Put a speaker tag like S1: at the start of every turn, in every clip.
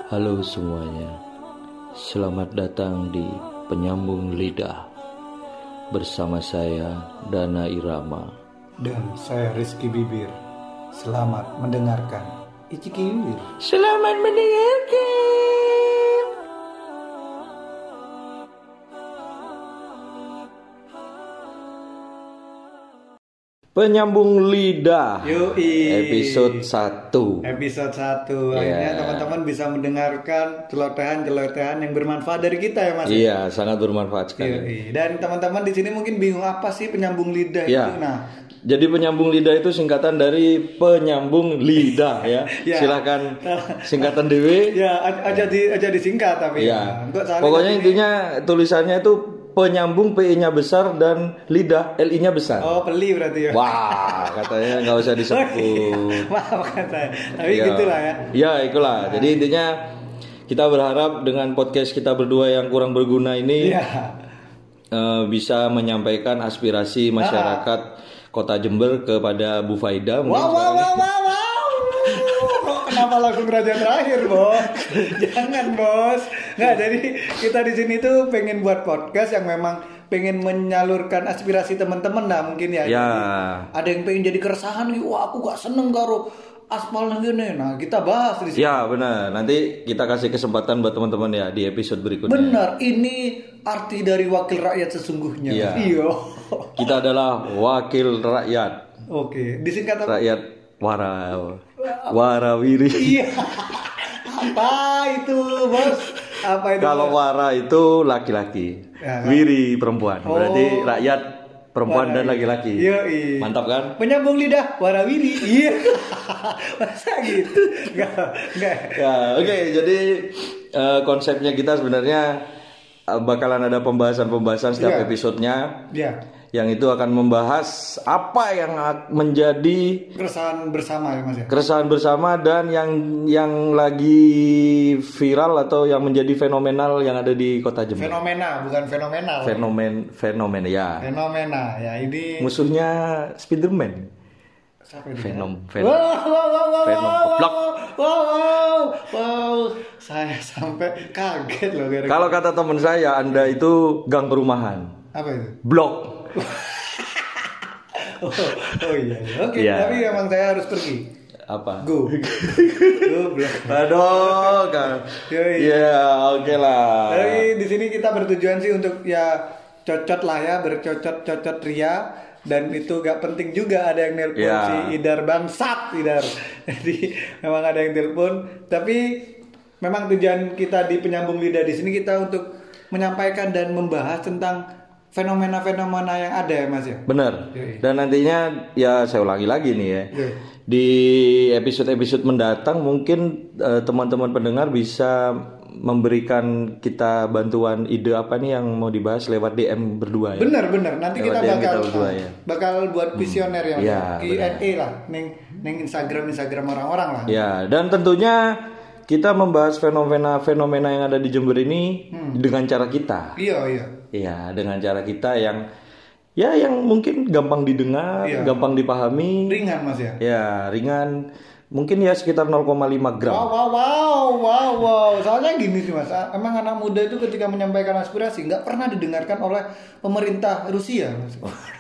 S1: Halo semuanya, selamat datang di Penyambung Lidah. Bersama saya Dana Irama.
S2: Dan saya Rizky Bibir. Selamat mendengarkan. Iciki Bibir.
S1: Selamat mendengarkan. Penyambung Lidah.
S2: Yoi.
S1: Episode 1.
S2: Episode 1. Akhirnya teman-teman bisa mendengarkan celotehan-celotehan yang bermanfaat dari kita ya Mas.
S1: Iya, sangat bermanfaat sekali.
S2: Yoi. Dan teman-teman di sini mungkin bingung apa sih penyambung lidah
S1: Ya.
S2: itu. Nah,
S1: Jadi penyambung lidah itu singkatan dari penyambung lidah ya.
S2: Ya.
S1: Silakan singkatan DW.
S2: ya aja disingkat tapi
S1: Ya.
S2: Enggak, soalnya
S1: Pokoknya
S2: ini-
S1: intinya tulisannya itu penyambung PI-nya besar dan lidah LI-nya besar.
S2: Oh, peli berarti ya.
S1: Wah, katanya nggak usah disebut.
S2: Maaf kata. Tapi
S1: Ya.
S2: gitulah ya.
S1: Ya, itulah. Jadi intinya kita berharap dengan podcast kita berdua yang kurang berguna ini
S2: Iya.
S1: bisa menyampaikan aspirasi masyarakat Kota Jember kepada Bu Faida. Mungkin
S2: Wow. Kok kenapa langsung raja terakhir, Bos? Jangan, Bos. Nggak, jadi kita di sini tuh pengen buat podcast yang memang pengen menyalurkan aspirasi teman-teman lah mungkin ya.
S1: Ya.
S2: Jadi, ada yang pengen jadi keresahan nih, wah aku gak seneng karo aspal yang gini. Nah, kita bahas di sini.
S1: Ya, benar. Nanti kita kasih kesempatan buat teman-teman ya di episode berikutnya.
S2: Benar, ini arti dari wakil rakyat sesungguhnya.
S1: Iya.
S2: Iya.
S1: Kita adalah wakil rakyat.
S2: Oke, disingkat apa?
S1: Rakyat warawiri.
S2: Iya. Apa itu, Bos? Apa itu?
S1: Kalau wara itu laki-laki,
S2: Ya, kan?
S1: wiri perempuan. Berarti
S2: Oh.
S1: rakyat perempuan dan laki-laki.
S2: Yoi.
S1: Mantap kan?
S2: Penyambung lidah warawiri. Iya. Masa gitu? Enggak.
S1: Ya, oke. Jadi konsepnya kita sebenarnya bakalan ada pembahasan-pembahasan setiap
S2: Iya.
S1: episodenya.
S2: Ya.
S1: Yang itu akan membahas apa yang menjadi
S2: Keresahan bersama ya, Mas ya.
S1: keresahan bersama dan yang lagi viral atau yang menjadi fenomenal yang ada di Kota Jember.
S2: Fenomena, bukan fenomenal.
S1: Fenomena ya.
S2: Fenomena ya, ini
S1: Musuhnya Spiderman.
S2: siapa ini?
S1: Venom.
S2: Wow.
S1: Venom goblok.
S2: Wow. Saya sampai kaget loh gara-gara.
S1: Kalau kata teman saya, Anda itu gang perumahan.
S2: Apa itu?
S1: Blok.
S2: Oh iya. Oke,
S1: Iya.
S2: tapi emang saya harus pergi.
S1: Apa?
S2: Go. Goblok.
S1: Aduh, kan.
S2: Yoi.
S1: Ya, oke lah.
S2: Tapi di sini kita bertujuan sih untuk ya cocot lah ya, bercocot-cocot ria. Dan itu gak penting juga ada yang nelpon
S1: Ya.
S2: si Idar bangsat Idar. Jadi memang ada yang telepon. Tapi memang tujuan kita di penyambung lidah di sini kita untuk menyampaikan dan membahas tentang fenomena-fenomena yang ada ya Mas ya.
S1: Benar.
S2: Yoi.
S1: Dan nantinya ya saya ulangi lagi nih ya.
S2: Yoi.
S1: Di episode-episode mendatang mungkin teman-teman pendengar bisa memberikan kita bantuan ide apa nih yang mau dibahas lewat DM berdua ya.
S2: Bener. Nanti
S1: Lewat
S2: kita
S1: DM
S2: bakal
S1: kita berdua, ya.
S2: bakal buat visioner ya.
S1: Ya,
S2: Q&A lah, neng Instagram orang-orang lah.
S1: Ya, dan tentunya kita membahas fenomena-fenomena yang ada di Jember ini dengan cara kita.
S2: Iya.
S1: Ya, dengan cara kita yang mungkin gampang didengar,
S2: Iya.
S1: gampang dipahami.
S2: Ringan Mas ya.
S1: Ya, ringan. Mungkin ya sekitar 0,5 gram.
S2: Wow. Soalnya gini sih Mas, emang anak muda itu ketika menyampaikan aspirasi nggak pernah didengarkan oleh pemerintah Rusia. Mas.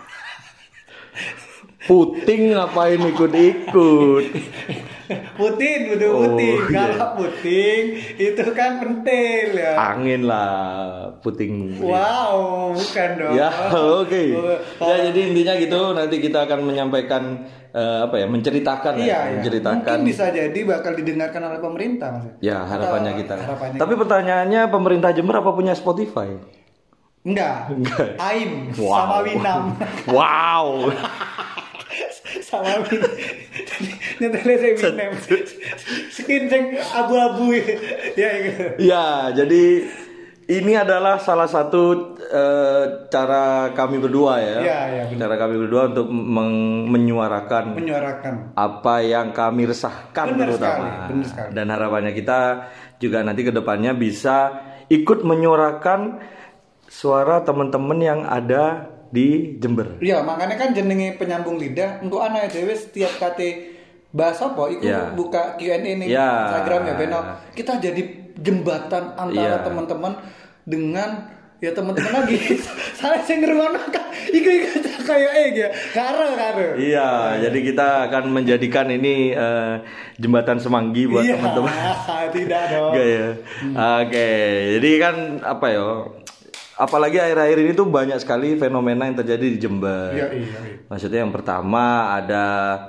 S1: Puting ngapain ikut-ikut?
S2: Putin.
S1: Oh,
S2: Kalau puting itu kan pentil ya.
S1: Angin lah, puting.
S2: Wow, bukan dong.
S1: Ya, oke.
S2: Oh,
S1: Ya, jadi intinya gitu. Nanti kita akan menyampaikan menceritakan
S2: Iya.
S1: menceritakan.
S2: Mungkin bisa jadi bakal didengarkan oleh pemerintah Mas.
S1: Ya, harapannya kita.
S2: Harapannya
S1: Tapi pertanyaannya, pemerintah Jember apa punya Spotify?
S2: Enggak. Aim
S1: Wow.
S2: sama Winam.
S1: Wow.
S2: Sama Winam. Nyetelnya saya Winam. Skin yang abu-abu ya gitu.
S1: Ya, jadi ini adalah salah satu cara kami berdua ya.
S2: Iya, benar.
S1: Cara kami berdua untuk menyuarakan apa yang kami resahkan
S2: Benar
S1: terutama.
S2: sekali.
S1: Dan harapannya kita juga nanti ke depannya bisa ikut menyuarakan suara teman-teman yang ada di Jember.
S2: Iya, makanya kan jenenge penyambung lidah. Engko anak dhewe setiap kate bahas apa? Iku buka Q&A nih Instagram ya Beno. Kita jadi jembatan antara teman-teman dengan ya teman-teman lagi. Saya sing ngrungokno iku kayak ya. Karo.
S1: Iya, jadi kita akan menjadikan ini jembatan semanggi buat teman-teman.
S2: Tidak dong.
S1: Enggak ya. Oke, jadi kan apa ya? Apalagi akhir-akhir ini tuh banyak sekali fenomena yang terjadi di Jember.
S2: Iya.
S1: Maksudnya yang pertama ada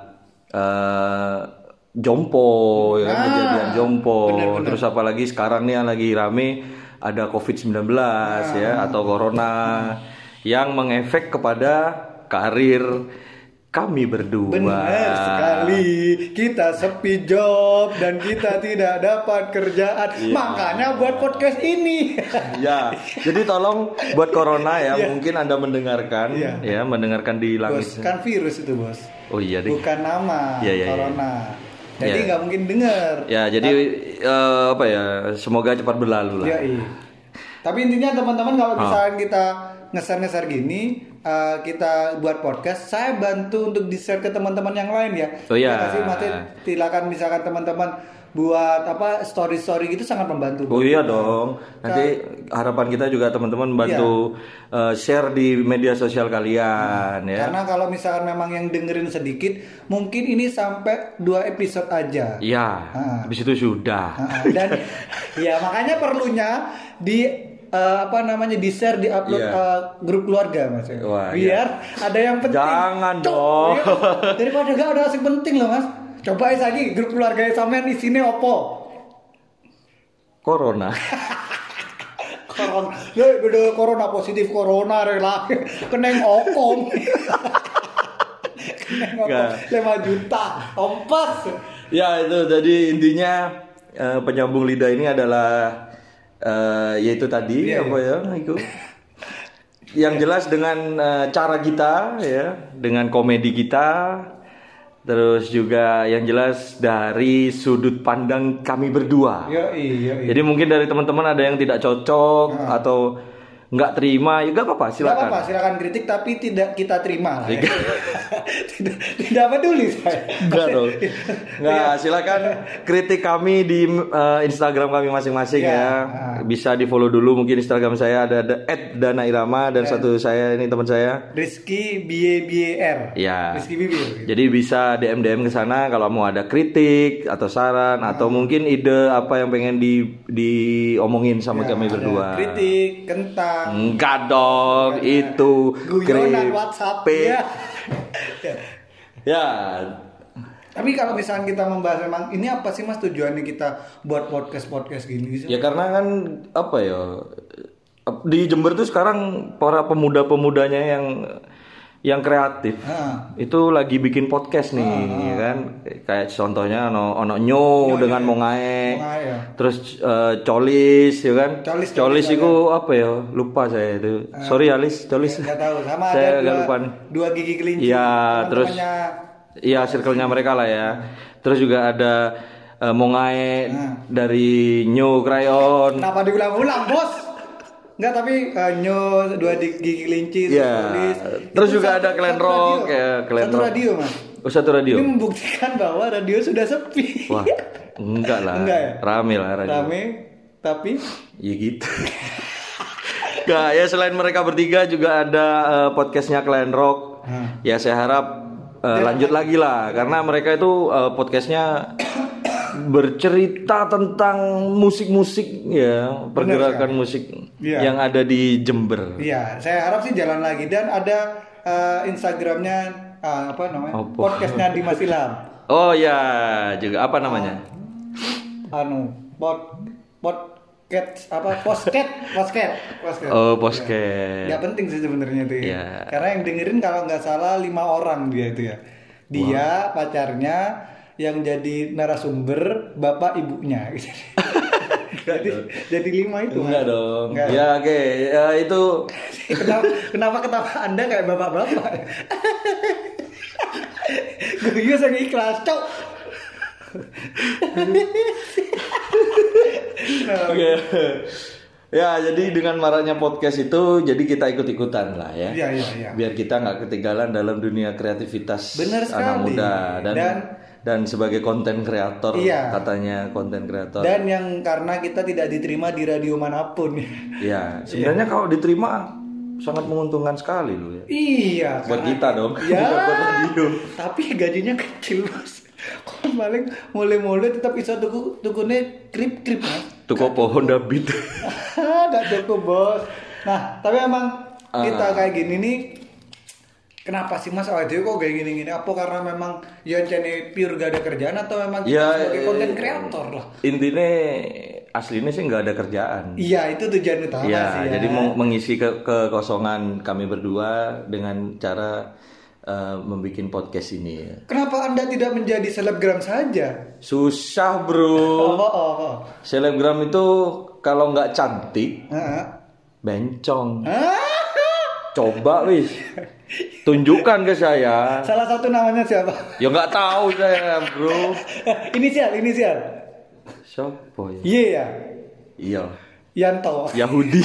S1: jompo, ya kan, kejadian jompo.
S2: Bener.
S1: Terus apalagi sekarang nih yang lagi rame ada COVID-19 ya atau corona yang mengefek kepada karir kami berdua.
S2: Benar sekali. Kita sepi job dan kita tidak dapat kerjaan. Makanya buat podcast ini.
S1: Ya, jadi tolong buat corona ya, mungkin Anda mendengarkan ya, mendengarkan di langit.
S2: Bos, kan virus itu, Bos.
S1: Oh iya deh.
S2: Bukan nama corona. Jadi nggak mungkin dengar.
S1: Ya, jadi apa ya? Semoga cepat berlalu lah.
S2: Iya. Tapi intinya teman-teman kalau misalkan kita ngeser-ngeser gini, kita buat podcast, saya bantu untuk di-share ke teman-teman yang lain ya.
S1: Oh iya.
S2: Ya, maksudnya silakan misalkan teman-teman buat story gitu sangat membantu.
S1: Oh iya dong. Nanti harapan kita juga teman-teman bantu share di media sosial kalian ya.
S2: Karena kalau misalkan memang yang dengerin sedikit, mungkin ini sampai 2 episode aja.
S1: Iya. Habis itu sudah.
S2: Dan ya makanya perlunya di share, di upload grup keluarga Mas. Biar ada yang penting.
S1: Jangan dong.
S2: Daripada gak ada asing penting loh Mas. Coba lagi grup keluarga sampean isine opo?
S1: Corona.
S2: Corona positif corona rela keneng okong. Keneng okong 5 juta ompas.
S1: Ya itu jadi intinya penyambung lidah ini adalah yaitu tadi itu yang jelas dengan cara kita ya, dengan komedi kita, terus juga yang jelas dari sudut pandang kami berdua.
S2: Iya.
S1: Jadi mungkin dari teman-teman ada yang tidak cocok atau nggak terima, ya nggak apa-apa, silakan.
S2: Nggak apa-apa, silakan kritik tapi tidak kita terima lah. Ya. tidak peduli saya.
S1: Enggak dong. Nggak, silakan kritik kami di Instagram kami masing-masing ya. Bisa di follow dulu, mungkin Instagram saya ada @danairama dan satu saya ini teman saya
S2: Rizky BYR.
S1: Ya.
S2: Rizky Bibir.
S1: Jadi bisa DM ke sana kalau mau ada kritik atau saran atau mungkin ide apa yang pengen diomongin sama kami berdua.
S2: Kritik, kentang.
S1: Enggak dong, itu
S2: guyonan WhatsApp
S1: ya.
S2: Tapi kalau misalnya kita membahas memang ini apa sih Mas tujuannya kita buat podcast gini sih?
S1: Ya karena kan apa ya, di Jember tuh sekarang para pemuda-pemudanya yang kreatif itu lagi bikin podcast nih ya kan, kayak contohnya ono Nyo dengan Mongae terus Colis ya kan, Colis itu apa ya, lupa saya itu, sorry Alis Colis
S2: nggak tahu, sama
S1: saya
S2: ada
S1: lupa
S2: dua gigi kelinci
S1: ya, terus iya circle-nya mereka lah ya, terus juga ada Mongae dari Nyo Crayon.
S2: Kenapa diulang-ulang bos? Enggak, tapi Nyo, 2 gigi kelinci,
S1: terus juga ada Clan Rock ya, Clan
S2: Rock. Radio Mas.
S1: Oh, satu radio.
S2: Ini membuktikan bahwa radio sudah sepi.
S1: Wah, enggak lah.
S2: Enggak ya?
S1: Rame lah radio.
S2: Rame, tapi
S1: ya gitu. Enggak, ya selain mereka bertiga juga ada podcastnya Clan Rock. Ya saya harap lanjut lagi lah, karena mereka itu podcastnya bercerita tentang musik-musik ya, pergerakan musik yang ada di Jember.
S2: Iya, saya harap sih jalan lagi, dan ada Instagramnya apa namanya? Podcastnya Dimas Ilham.
S1: Oh ya, juga apa namanya?
S2: Podcast apa? Podcast.
S1: Oh, podcast.
S2: Ya penting sih sebenarnya itu.
S1: Ya.
S2: Karena yang dengerin kalau nggak salah 5 orang dia itu ya. Dia, pacarnya, yang jadi narasumber, bapak ibunya. jadi 5 itu.
S1: Enggak dong. Enggak. Ya oke. Ya, itu
S2: kenapa ketawa Anda kayak bapak-bapak? Gue sang ikhlas, cok.
S1: Oke. Ya, jadi dengan maraknya podcast itu, jadi kita ikut-ikutan lah ya.
S2: Iya.
S1: Biar kita nggak ketinggalan dalam dunia kreativitas anak muda. dan sebagai konten kreator,
S2: Iya.
S1: katanya konten kreator.
S2: Dan yang karena kita tidak diterima di radio manapun.
S1: Ya, sebenarnya kalau diterima sangat menguntungkan sekali loh ya.
S2: Iya.
S1: Buat kita dong.
S2: Ya.
S1: Bukan buat radio.
S2: Tapi gajinya kecil Mas. Kok paling mulai-mulai tetap bisa tukune krip-krip Mas.
S1: Tuku pohon dabit.
S2: Gak cukup bos. Nah tapi emang kita kayak gini nih. Kenapa sih Mas awalnya kok kayak gini-gini? Apa karena memang ya ini pure gak ada kerjaan atau memang kita sebagai konten kreator lah?
S1: Intinya aslinya sih nggak ada kerjaan.
S2: Iya itu tujuan utama
S1: Ya,
S2: sih ya.
S1: jadi mau mengisi kekosongan kami berdua dengan cara membuat podcast ini.
S2: Kenapa Anda tidak menjadi selebgram saja?
S1: Susah bro. Selebgram itu kalau nggak cantik, bencong. Coba wis, tunjukkan ke saya.
S2: Salah satu namanya siapa?
S1: Ya nggak tahu saya bro.
S2: Inisial.
S1: Siapa ya?
S2: Iya ya.
S1: Iya.
S2: Yanto.
S1: Yahudi.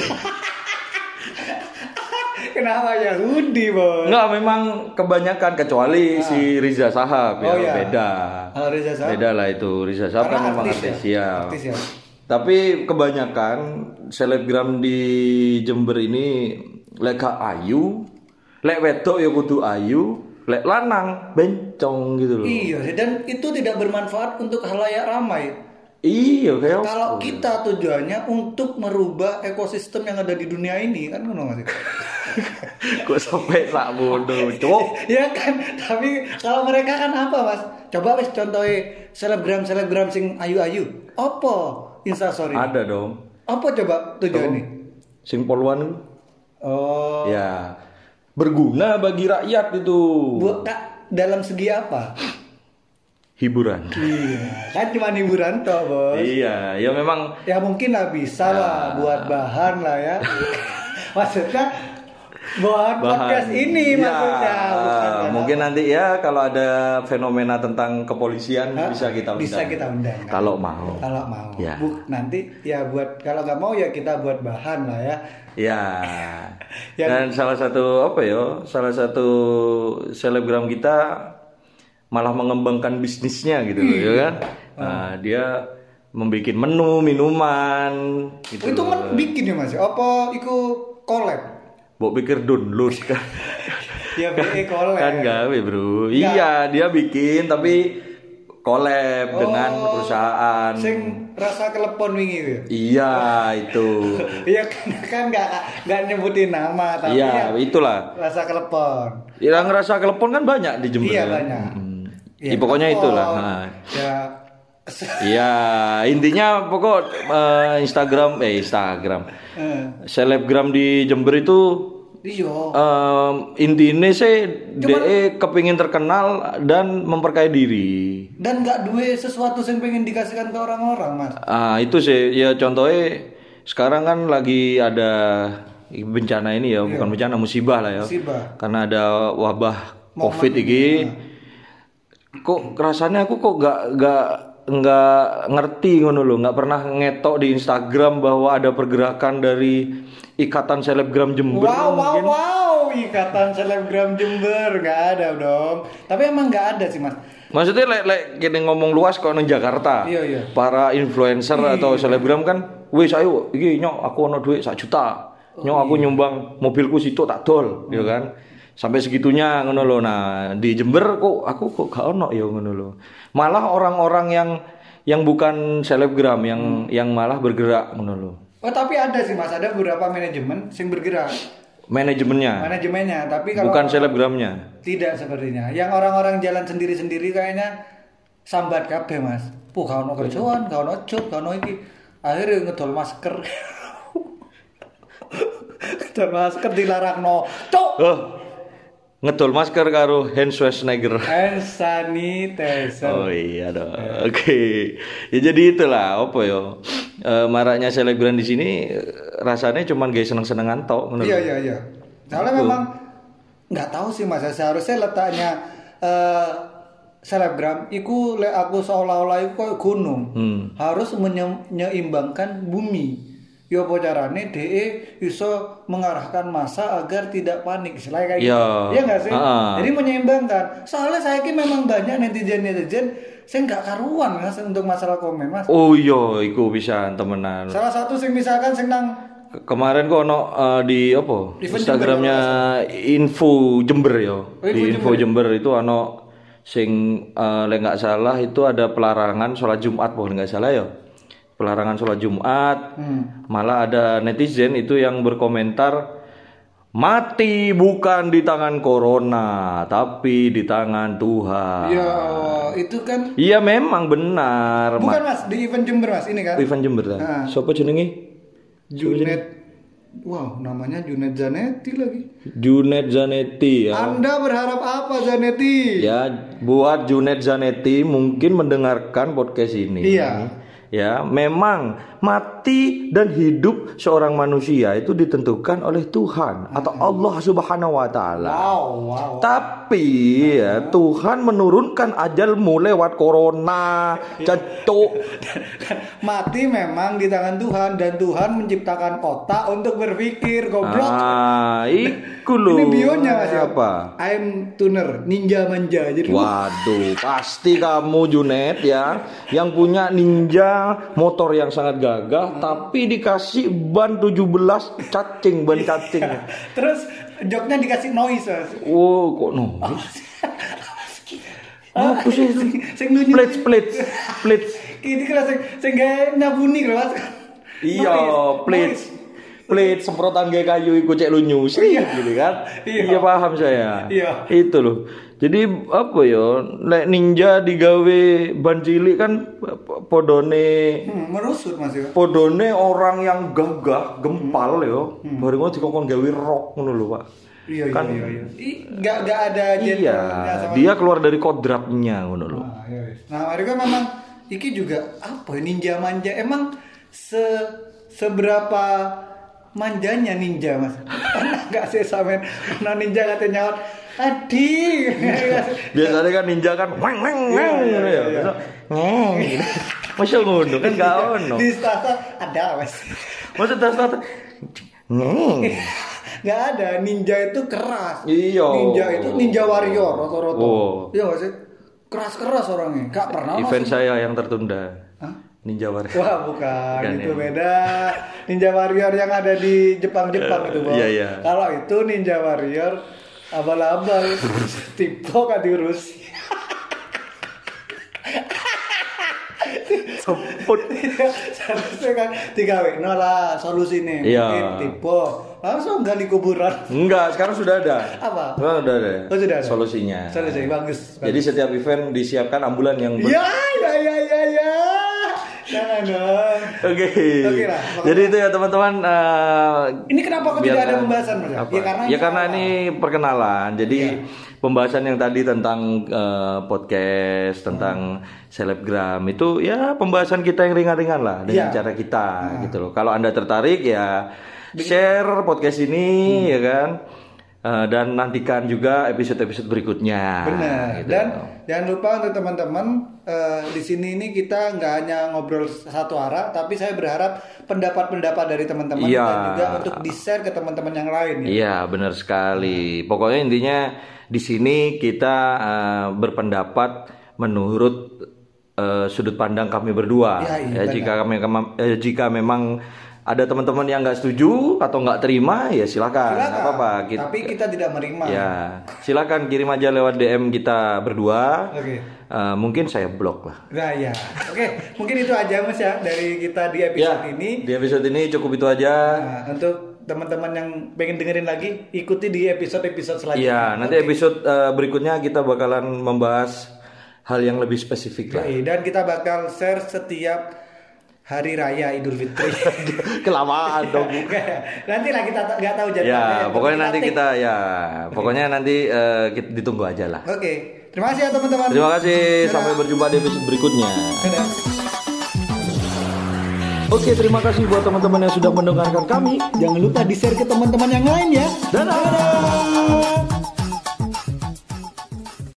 S2: Kenapa Yahudi bos?
S1: Enggak, memang kebanyakan kecuali si Riza Shahab ya,
S2: iya.
S1: beda.
S2: Riza Shahab.
S1: Beda lah itu. Riza Shahab kan memang artis ya.
S2: Artis ya.
S1: Tapi kebanyakan selebgram di Jember ini lek gak ayu, lek wedok ya kudu ayu, lek lanang bencong gitu loh.
S2: Iya, dan itu tidak bermanfaat untuk halayak ramai.
S1: Iya, kayak
S2: kalau kita tujuannya untuk merubah ekosistem yang ada di dunia ini kan ngono Mas.
S1: Kok sampai sak bodoh, cok.
S2: Ya kan, tapi kalau mereka kan apa Mas? Coba wis contohe selebgram sing ayu-ayu. Apa Instastory?
S1: Ada dong.
S2: Apa coba tujuannya?
S1: Sing poluan.
S2: Oh.
S1: Ya. Berguna bagi rakyat itu.
S2: Dalam segi apa?
S1: Hiburan.
S2: Iya, kan cuma hiburan toh, Bos.
S1: Iya, ya memang
S2: ya mungkin lah bisa lah buat bahan lah ya. Maksudnya bahan podcast ini maksudnya.
S1: Mungkin nanti ya kalau ada fenomena tentang kepolisian bisa kita undang.
S2: Bisa kita undang. Kan?
S1: Kalau mau.
S2: Kalau mau.
S1: Ya.
S2: Nanti ya buat kalau nggak mau ya kita buat bahan lah ya.
S1: Ya. Dan salah satu salah satu selebgram kita malah mengembangkan bisnisnya gitu loh, ya kan? Nah, dia membuat menu minuman gitu.
S2: Itu bikin ya Mas. Apa itu collab?
S1: Mbok pikir download kan.
S2: Ya BE collab.
S1: Kan gawe, Bro. Iya, dia bikin tapi collab dengan perusahaan.
S2: Sing rasa kelepon wingi ya.
S1: Iya, itu.
S2: Iya kan enggak nyebutin nama tapi
S1: iya, itulah.
S2: Rasa kelepon.
S1: Yang rasa kelepon kan banyak di Jember.
S2: Iya, banyak.
S1: Ya, pokoknya itulah. Nah.
S2: Ya.
S1: Iya, intinya pokok Instagram. Selebgram di Jember itu
S2: iya.
S1: Intinya sih DE kepingin terkenal dan memperkaya diri.
S2: Dan nggak duwe sesuatu yang pengen dikasihkan ke orang-orang, Mas.
S1: Itu sih ya contohnya sekarang kan lagi ada bencana ini ya, bukan bencana, musibah lah ya.
S2: Musibah.
S1: Karena ada wabah COVID ini. Kok rasanya aku kok nggak ngerti ngono loh, nggak pernah ngetok di Instagram bahwa ada pergerakan dari Ikatan Selebgram Jember.
S2: Wow, Ikatan Selebgram Jember nggak ada dong. Tapi emang nggak ada sih Mas.
S1: Maksudnya gini ngomong luas kok nang Jakarta.
S2: Iya.
S1: Para influencer atau selebgram kan, wis ayo iki nyok aku ono duit 1 juta. Nyok aku nyumbang mobilku situ tak dol, ya kan. Sampai segitunya ngono lho. Nah, di Jember kok aku gak ono ya ngono lho. Malah orang-orang yang bukan selebgram yang malah bergerak ngono lho.
S2: Oh, tapi ada sih Mas, ada beberapa manajemen yang bergerak.
S1: Manajemennya,
S2: tapi kalau
S1: bukan selebgramnya.
S2: Tidak sepertinya. Yang orang-orang jalan sendiri-sendiri kayaknya sambat kabeh, Mas. Gak ono kerjaan, gak ono job, gak ono iki. Akhirnya ngedol masker. Ngedol masker dilarangno. Cuk.
S1: Ngedol masker karo hand Schwarzenegger.
S2: Hand sanitizer.
S1: Oh iya dong. Oke. Ya jadi itulah apa ya. Maraknya selebgram di sini rasanya cuman guys seneng-senengan tok ngono.
S2: Iya. Soalnya memang enggak tahu sih Mas, seharusnya letaknya selebgram iku aku seolah-olah iku kayak gunung. Harus menyeimbangkan bumi. yo apa carane DE iso mengarahkan massa agar tidak panik istilahnya kayak
S1: Iya.
S2: gitu. Iya enggak sih? Jadi menyeimbangkan. Soalnya saya ki memang banyak netizen saya nggak karuan Mas untuk masalah komen Mas.
S1: Oh iya, iku bisa temenan.
S2: Salah satu sing misalkan sing nang
S1: Kemarin kok ono di apa?
S2: Event
S1: Instagramnya Info Jember ya. Di Info Jember itu ono sing lek nggak salah itu ada pelarangan sholat Jumat, boleh nggak salah ya. Pelarangan sholat Jumat. Malah ada netizen itu yang berkomentar, mati bukan di tangan corona, tapi di tangan Tuhan.
S2: ya itu kan
S1: Iya memang benar.
S2: bukan Mas di event Jember Mas ini kan.
S1: Event Jember ta. Sopo jenenge?
S2: Junet. Wow, namanya Junet Zanetti lagi.
S1: Junet Zanetti ya.
S2: Anda berharap apa Zanetti?
S1: Ya, buat Junet Zanetti mungkin mendengarkan podcast ini.
S2: Iya.
S1: Ya, memang mati dan hidup seorang manusia itu ditentukan oleh Tuhan atau Allah Subhanahu wa taala.
S2: Wow.
S1: Tapi ya Tuhan menurunkan ajalmu lewat corona, cacuk.
S2: Mati memang di tangan Tuhan dan Tuhan menciptakan otak untuk berpikir, goblok.
S1: Iku lho.
S2: Ini bionya Mas ya?
S1: Apa?
S2: I'm tuner, ninja manja. Jadi
S1: Waduh, pasti kamu Junet ya, yang punya ninja motor yang sangat gagah, tapi dikasih ban 17 cacing, ban cacing.
S2: terus joknya dikasih noise Mas.
S1: Oh, kok noise? Apa sih?
S2: Sing nunjuk.
S1: Plate.
S2: Ini kira sing gawe nyabuni lho Mas.
S1: Iya, plate semprotan kayak kayu iku cek lunyu sih gitu kan. Iya paham saya.
S2: Iya.
S1: Itu loh. Jadi apa ya, lek ninja digawe ban cilik kan podone
S2: merusut Mas ya.
S1: Podone orang yang gagah, gempal ya. Baru ngono dikongkon gawe rok ngono lho, Pak.
S2: Iya. Enggak ada
S1: Iya, dia keluar dari kodratnya ngono lho.
S2: Nah, mereka memang iki juga apa ya, ninja manja. Emang seberapa manjanya ninja Mas? Pernah enggak sih sampean ninja katanya nyaut Adi.
S1: Biasanya kan ninja kan weng ngono ya. Ngeng. Masya ngono kan gak ono.
S2: Di starter ada Mas.
S1: Maksud starter ngeng.
S2: Gak ada, ninja itu keras.
S1: Iya.
S2: Ninja itu ninja warrior rata-rata.
S1: Oh.
S2: Iya sih. Keras orangnya. Gak pernah.
S1: Event saya yang tertunda.
S2: Hah?
S1: Ninja Warrior.
S2: Wah bukan itu
S1: ya.
S2: Beda. Ninja Warrior yang ada di Jepang itu Bang.
S1: Iya.
S2: Kalau itu Ninja Warrior abal-abal tipe kan diurus.
S1: Semput.
S2: Seharusnya kan 3W lah solusinya.
S1: Iya.
S2: Mungkin tipe langsung gali kuburan.
S1: Enggak, sekarang sudah ada.
S2: Apa?
S1: Sekarang sudah ada.
S2: Oh, sudah ada.
S1: Solusinya.
S2: Solusi bagus.
S1: Jadi setiap event disiapkan ambulan yang
S2: Ya. Jangan dong.
S1: Oke.
S2: Oke lah.
S1: Jadi itu ya teman-teman.
S2: Ini kenapa kok tidak ada pembahasan Mas?
S1: Apa?
S2: Ya
S1: karena ini perkenalan. Jadi pembahasan yang tadi tentang podcast, tentang selebgram itu ya pembahasan kita yang ringan-ringan lah dengan cara kita gitu loh. Kalau Anda tertarik ya share podcast ini ya kan. Dan nantikan juga episode-episode berikutnya.
S2: Benar.
S1: Gitu.
S2: Dan jangan lupa untuk teman-teman di sini ini kita nggak hanya ngobrol satu arah, tapi saya berharap pendapat-pendapat dari teman-teman dan juga untuk di-share ke teman-teman yang lain.
S1: Iya, benar sekali. Pokoknya intinya di sini kita berpendapat menurut sudut pandang kami berdua.
S2: Ya,
S1: jika memang ada teman-teman yang nggak setuju atau nggak terima ya silakan. Apa-apa.
S2: Tapi kita tidak menerima.
S1: Ya, silakan kirim aja lewat DM kita berdua.
S2: Oke.
S1: Mungkin saya blok lah.
S2: Nah ya, oke. Mungkin itu aja Mas ya dari kita di episode ini.
S1: Di episode ini cukup itu aja.
S2: Nah, untuk teman-teman yang pengen dengerin lagi, ikuti di episode-episode selanjutnya.
S1: Iya, nanti episode berikutnya kita bakalan membahas hal yang lebih spesifik lah.
S2: Dan kita bakal share setiap Hari Raya Idul Fitri.
S1: Kelamaan dong.
S2: Nanti lah kita nggak tahu jadwalnya.
S1: Ya, pokoknya nanti kita pokoknya nanti kita ditunggu aja lah.
S2: Oke. Terima kasih ya teman-teman.
S1: Terima kasih. Sampai berjumpa di episode berikutnya.
S2: Dadah.
S1: Oke, terima kasih buat teman-teman yang sudah mendengarkan kami.
S2: Jangan lupa di-share ke teman-teman yang lain ya.
S1: Dadah.